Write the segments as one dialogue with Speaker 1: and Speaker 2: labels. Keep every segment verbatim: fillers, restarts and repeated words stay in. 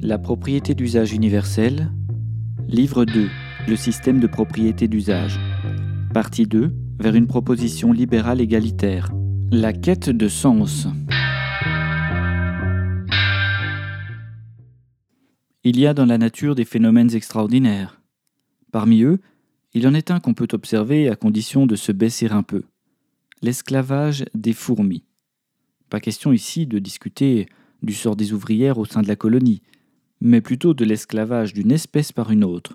Speaker 1: La propriété d'usage universelle, livre deux, le système de propriété d'usage. Partie deux, vers une proposition libérale égalitaire. La quête de sens. Il y a dans la nature des phénomènes extraordinaires. Parmi eux, il en est un qu'on peut observer à condition de se baisser un peu. L'esclavage des fourmis. Pas question ici de discuter du sort des ouvrières au sein de la colonie, mais plutôt de l'esclavage d'une espèce par une autre.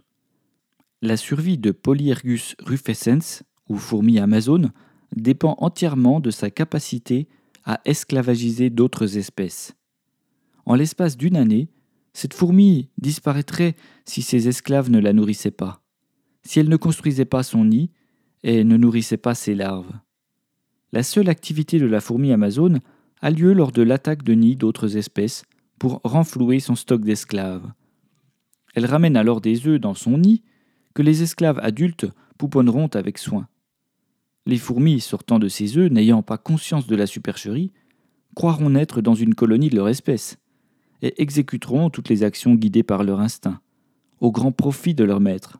Speaker 1: La survie de Polyergus rufescens, ou fourmi amazone, dépend entièrement de sa capacité à esclavagiser d'autres espèces. En l'espace d'une année, cette fourmi disparaîtrait si ses esclaves ne la nourrissaient pas, si elle ne construisait pas son nid et ne nourrissait pas ses larves. La seule activité de la fourmi amazone a lieu lors de l'attaque de nids d'autres espèces pour renflouer son stock d'esclaves. Elle ramène alors des œufs dans son nid que les esclaves adultes pouponneront avec soin. Les fourmis sortant de ces œufs, n'ayant pas conscience de la supercherie, croiront naître dans une colonie de leur espèce et exécuteront toutes les actions guidées par leur instinct, au grand profit de leur maître.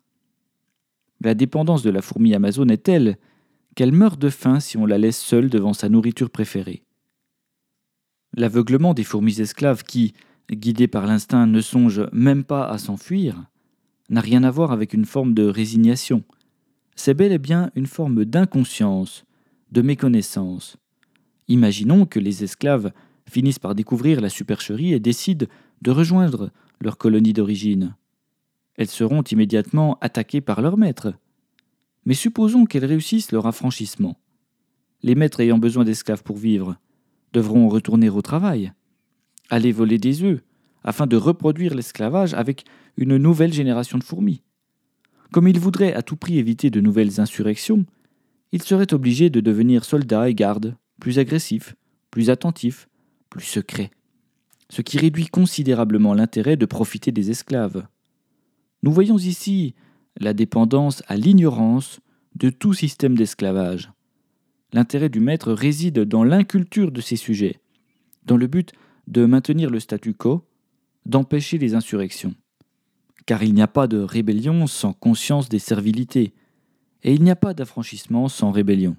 Speaker 1: La dépendance de la fourmi amazone est telle qu'elle meurt de faim si on la laisse seule devant sa nourriture préférée. L'aveuglement des fourmis esclaves qui, guidées par l'instinct, ne songent même pas à s'enfuir, n'a rien à voir avec une forme de résignation. C'est bel et bien une forme d'inconscience, de méconnaissance. Imaginons que les esclaves finissent par découvrir la supercherie et décident de rejoindre leur colonie d'origine. Elles seront immédiatement attaquées par leur maître. Mais supposons qu'elles réussissent leur affranchissement. Les maîtres ayant besoin d'esclaves pour vivre devront retourner au travail, aller voler des œufs, afin de reproduire l'esclavage avec une nouvelle génération de fourmis. Comme ils voudraient à tout prix éviter de nouvelles insurrections, ils seraient obligés de devenir soldats et gardes, plus agressifs, plus attentifs, plus secrets, ce qui réduit considérablement l'intérêt de profiter des esclaves. Nous voyons ici la dépendance à l'ignorance de tout système d'esclavage. L'intérêt du maître réside dans l'inculture de ses sujets, dans le but de maintenir le statu quo, d'empêcher les insurrections. Car il n'y a pas de rébellion sans conscience des servilités, et il n'y a pas d'affranchissement sans rébellion.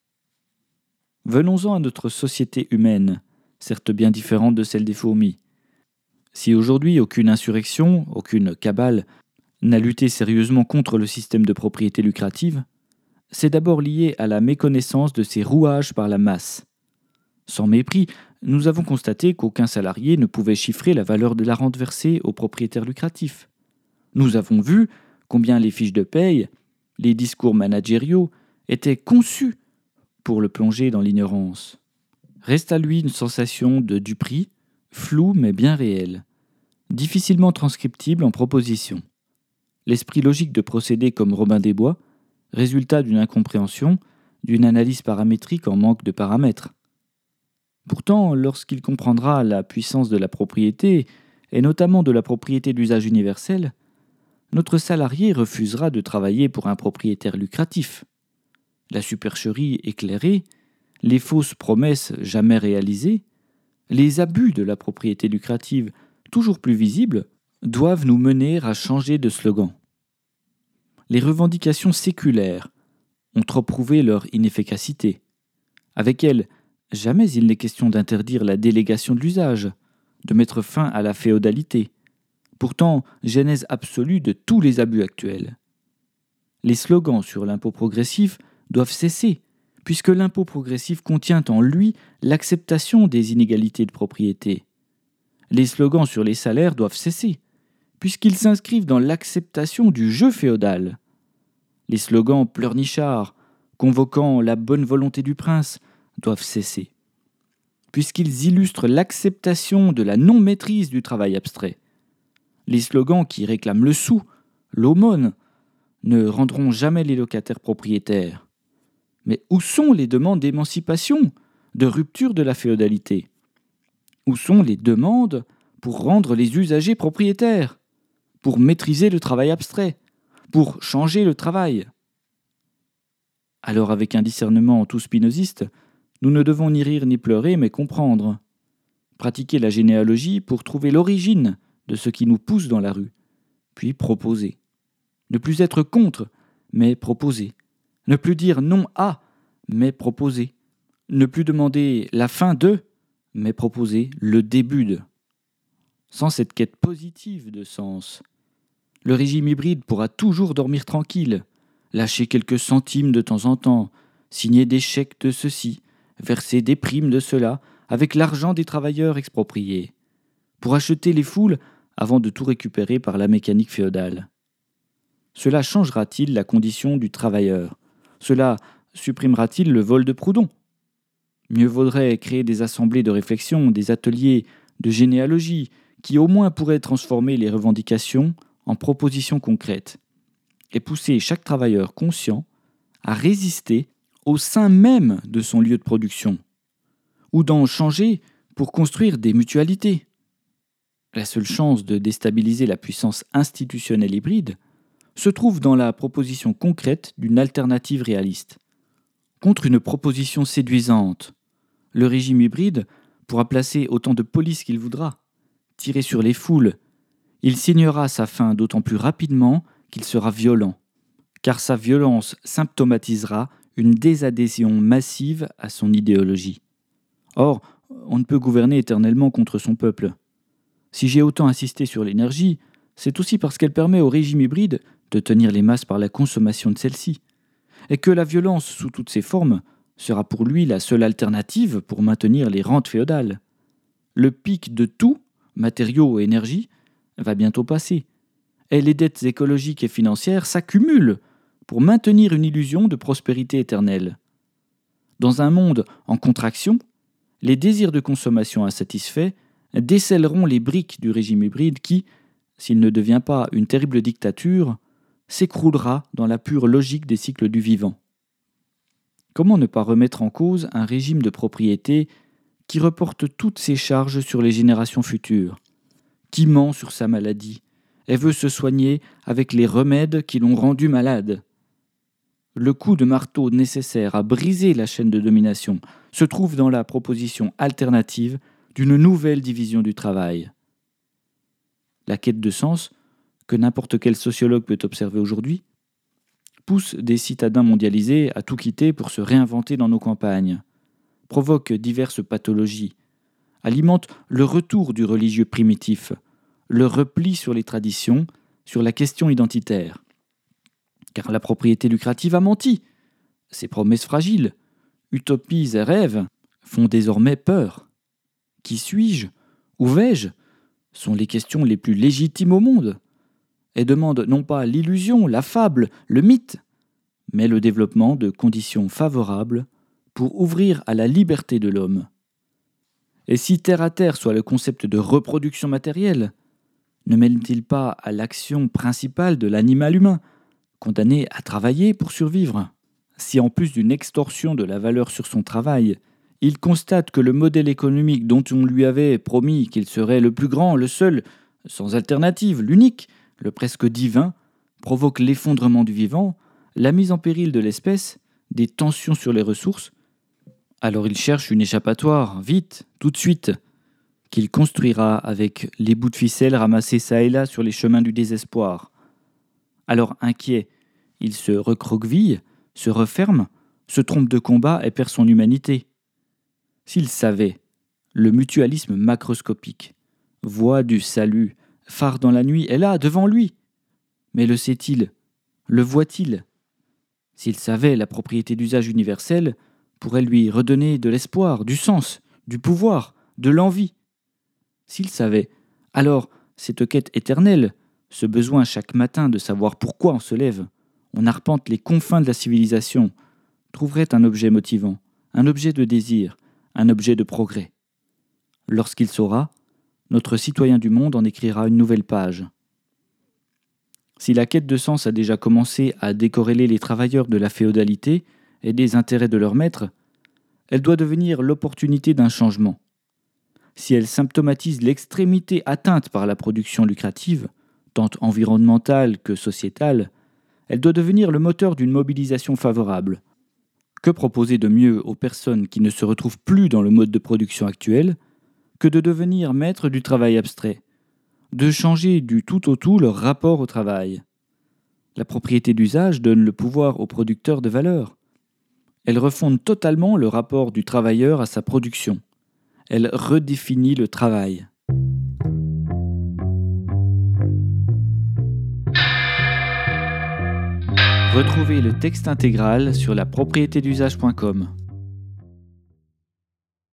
Speaker 1: Venons-en à notre société humaine, certes bien différente de celle des fourmis. Si aujourd'hui aucune insurrection, aucune cabale n'a lutté sérieusement contre le système de propriété lucrative, c'est d'abord lié à la méconnaissance de ces rouages par la masse. Sans mépris, nous avons constaté qu'aucun salarié ne pouvait chiffrer la valeur de la rente versée aux propriétaires lucratifs. Nous avons vu combien les fiches de paye, les discours managériaux étaient conçus pour le plonger dans l'ignorance. Reste à lui une sensation de duperie, floue mais bien réelle, difficilement transcriptible en proposition. L'esprit logique de procéder comme Robin des Bois, résultat d'une incompréhension, d'une analyse paramétrique en manque de paramètres. Pourtant, lorsqu'il comprendra la puissance de la propriété, et notamment de la propriété d'usage universel, notre salarié refusera de travailler pour un propriétaire lucratif. La supercherie éclairée, les fausses promesses jamais réalisées, les abus de la propriété lucrative toujours plus visibles, doivent nous mener à changer de slogan. Les revendications séculaires ont trop prouvé leur inefficacité. Avec elles, jamais il n'est question d'interdire la délégation de l'usage, de mettre fin à la féodalité, pourtant genèse absolue de tous les abus actuels. Les slogans sur l'impôt progressif doivent cesser, puisque l'impôt progressif contient en lui l'acceptation des inégalités de propriété. Les slogans sur les salaires doivent cesser, puisqu'ils s'inscrivent dans l'acceptation du jeu féodal. Les slogans pleurnichards, convoquant la bonne volonté du prince, doivent cesser, puisqu'ils illustrent l'acceptation de la non-maîtrise du travail abstrait. Les slogans qui réclament le sou, l'aumône, ne rendront jamais les locataires propriétaires. Mais où sont les demandes d'émancipation, de rupture de la féodalité ? Où sont les demandes pour rendre les usagers propriétaires, pour maîtriser le travail abstrait, pour changer le travail ? Alors avec un discernement tout spinoziste, nous ne devons ni rire ni pleurer, mais comprendre. Pratiquer la généalogie pour trouver l'origine de ce qui nous pousse dans la rue, puis proposer. Ne plus être contre, mais proposer. Ne plus dire non à, mais proposer. Ne plus demander la fin de, mais proposer le début de. Sans cette quête positive de sens, le régime hybride pourra toujours dormir tranquille, lâcher quelques centimes de temps en temps, signer des chèques de ceci, verser des primes de cela, avec l'argent des travailleurs expropriés, pour acheter les foules avant de tout récupérer par la mécanique féodale. Cela changera-t-il la condition du travailleur ? Cela supprimera-t-il le vol de Proudhon ? Mieux vaudrait créer des assemblées de réflexion, des ateliers de généalogie, qui au moins pourraient transformer les revendications en propositions concrètes, et pousser chaque travailleur conscient à résister au sein même de son lieu de production, ou d'en changer pour construire des mutualités. La seule chance de déstabiliser la puissance institutionnelle hybride se trouve dans la proposition concrète d'une alternative réaliste. Contre une proposition séduisante, le régime hybride pourra placer autant de police qu'il voudra, tirer sur les foules. Il signera sa fin d'autant plus rapidement qu'il sera violent, car sa violence symptomatisera une désadhésion massive à son idéologie. Or, on ne peut gouverner éternellement contre son peuple. Si j'ai autant insisté sur l'énergie, c'est aussi parce qu'elle permet au régime hybride de tenir les masses par la consommation de celle-ci, et que la violence sous toutes ses formes sera pour lui la seule alternative pour maintenir les rentes féodales. Le pic de tout, matériaux et énergie, va bientôt passer, et les dettes écologiques et financières s'accumulent pour maintenir une illusion de prospérité éternelle. Dans un monde en contraction, les désirs de consommation insatisfaits décèleront les briques du régime hybride qui, s'il ne devient pas une terrible dictature, s'écroulera dans la pure logique des cycles du vivant. Comment ne pas remettre en cause un régime de propriété qui reporte toutes ses charges sur les générations futures, qui ment sur sa maladie et veut se soigner avec les remèdes qui l'ont rendu malade? Le coup de marteau nécessaire à briser la chaîne de domination se trouve dans la proposition alternative d'une nouvelle division du travail. La quête de sens, que n'importe quel sociologue peut observer aujourd'hui, pousse des citadins mondialisés à tout quitter pour se réinventer dans nos campagnes, provoque diverses pathologies, alimente le retour du religieux primitif, le repli sur les traditions, sur la question identitaire. Car la propriété lucrative a menti. Ses promesses fragiles, utopies et rêves font désormais peur. Qui suis-je ? Où vais-je ? Sont les questions les plus légitimes au monde, et demandent non pas l'illusion, la fable, le mythe, mais le développement de conditions favorables pour ouvrir à la liberté de l'homme. Et si terre à terre soit le concept de reproduction matérielle, ne mène-t-il pas à l'action principale de l'animal humain, condamné à travailler pour survivre ? Si en plus d'une extorsion de la valeur sur son travail, il constate que le modèle économique dont on lui avait promis qu'il serait le plus grand, le seul, sans alternative, l'unique, le presque divin, provoque l'effondrement du vivant, la mise en péril de l'espèce, des tensions sur les ressources, alors il cherche une échappatoire, vite, tout de suite, qu'il construira avec les bouts de ficelle ramassés çà et là sur les chemins du désespoir. Alors inquiet, il se recroqueville, se referme, se trompe de combat et perd son humanité. S'il savait, le mutualisme macroscopique, voie du salut, phare dans la nuit, est là, devant lui. Mais le sait-il ? Le voit-il ? S'il savait, la propriété d'usage universel pourrait lui redonner de l'espoir, du sens, du pouvoir, de l'envie. S'il savait, alors cette quête éternelle, ce besoin chaque matin de savoir pourquoi on se lève, on arpente les confins de la civilisation, trouverait un objet motivant, un objet de désir, un objet de progrès. Lorsqu'il saura, notre citoyen du monde en écrira une nouvelle page. Si la quête de sens a déjà commencé à décorréler les travailleurs de la féodalité et des intérêts de leurs maîtres, elle doit devenir l'opportunité d'un changement. Si elle symptomatise l'extrémité atteinte par la production lucrative, tant environnementale que sociétale, elle doit devenir le moteur d'une mobilisation favorable. Que proposer de mieux aux personnes qui ne se retrouvent plus dans le mode de production actuel que de devenir maîtres du travail abstrait, de changer du tout au tout leur rapport au travail. La propriété d'usage donne le pouvoir aux producteurs de valeur. Elle refonde totalement le rapport du travailleur à sa production. Elle redéfinit le travail. Retrouvez le texte intégral sur la propriété d'usage point com.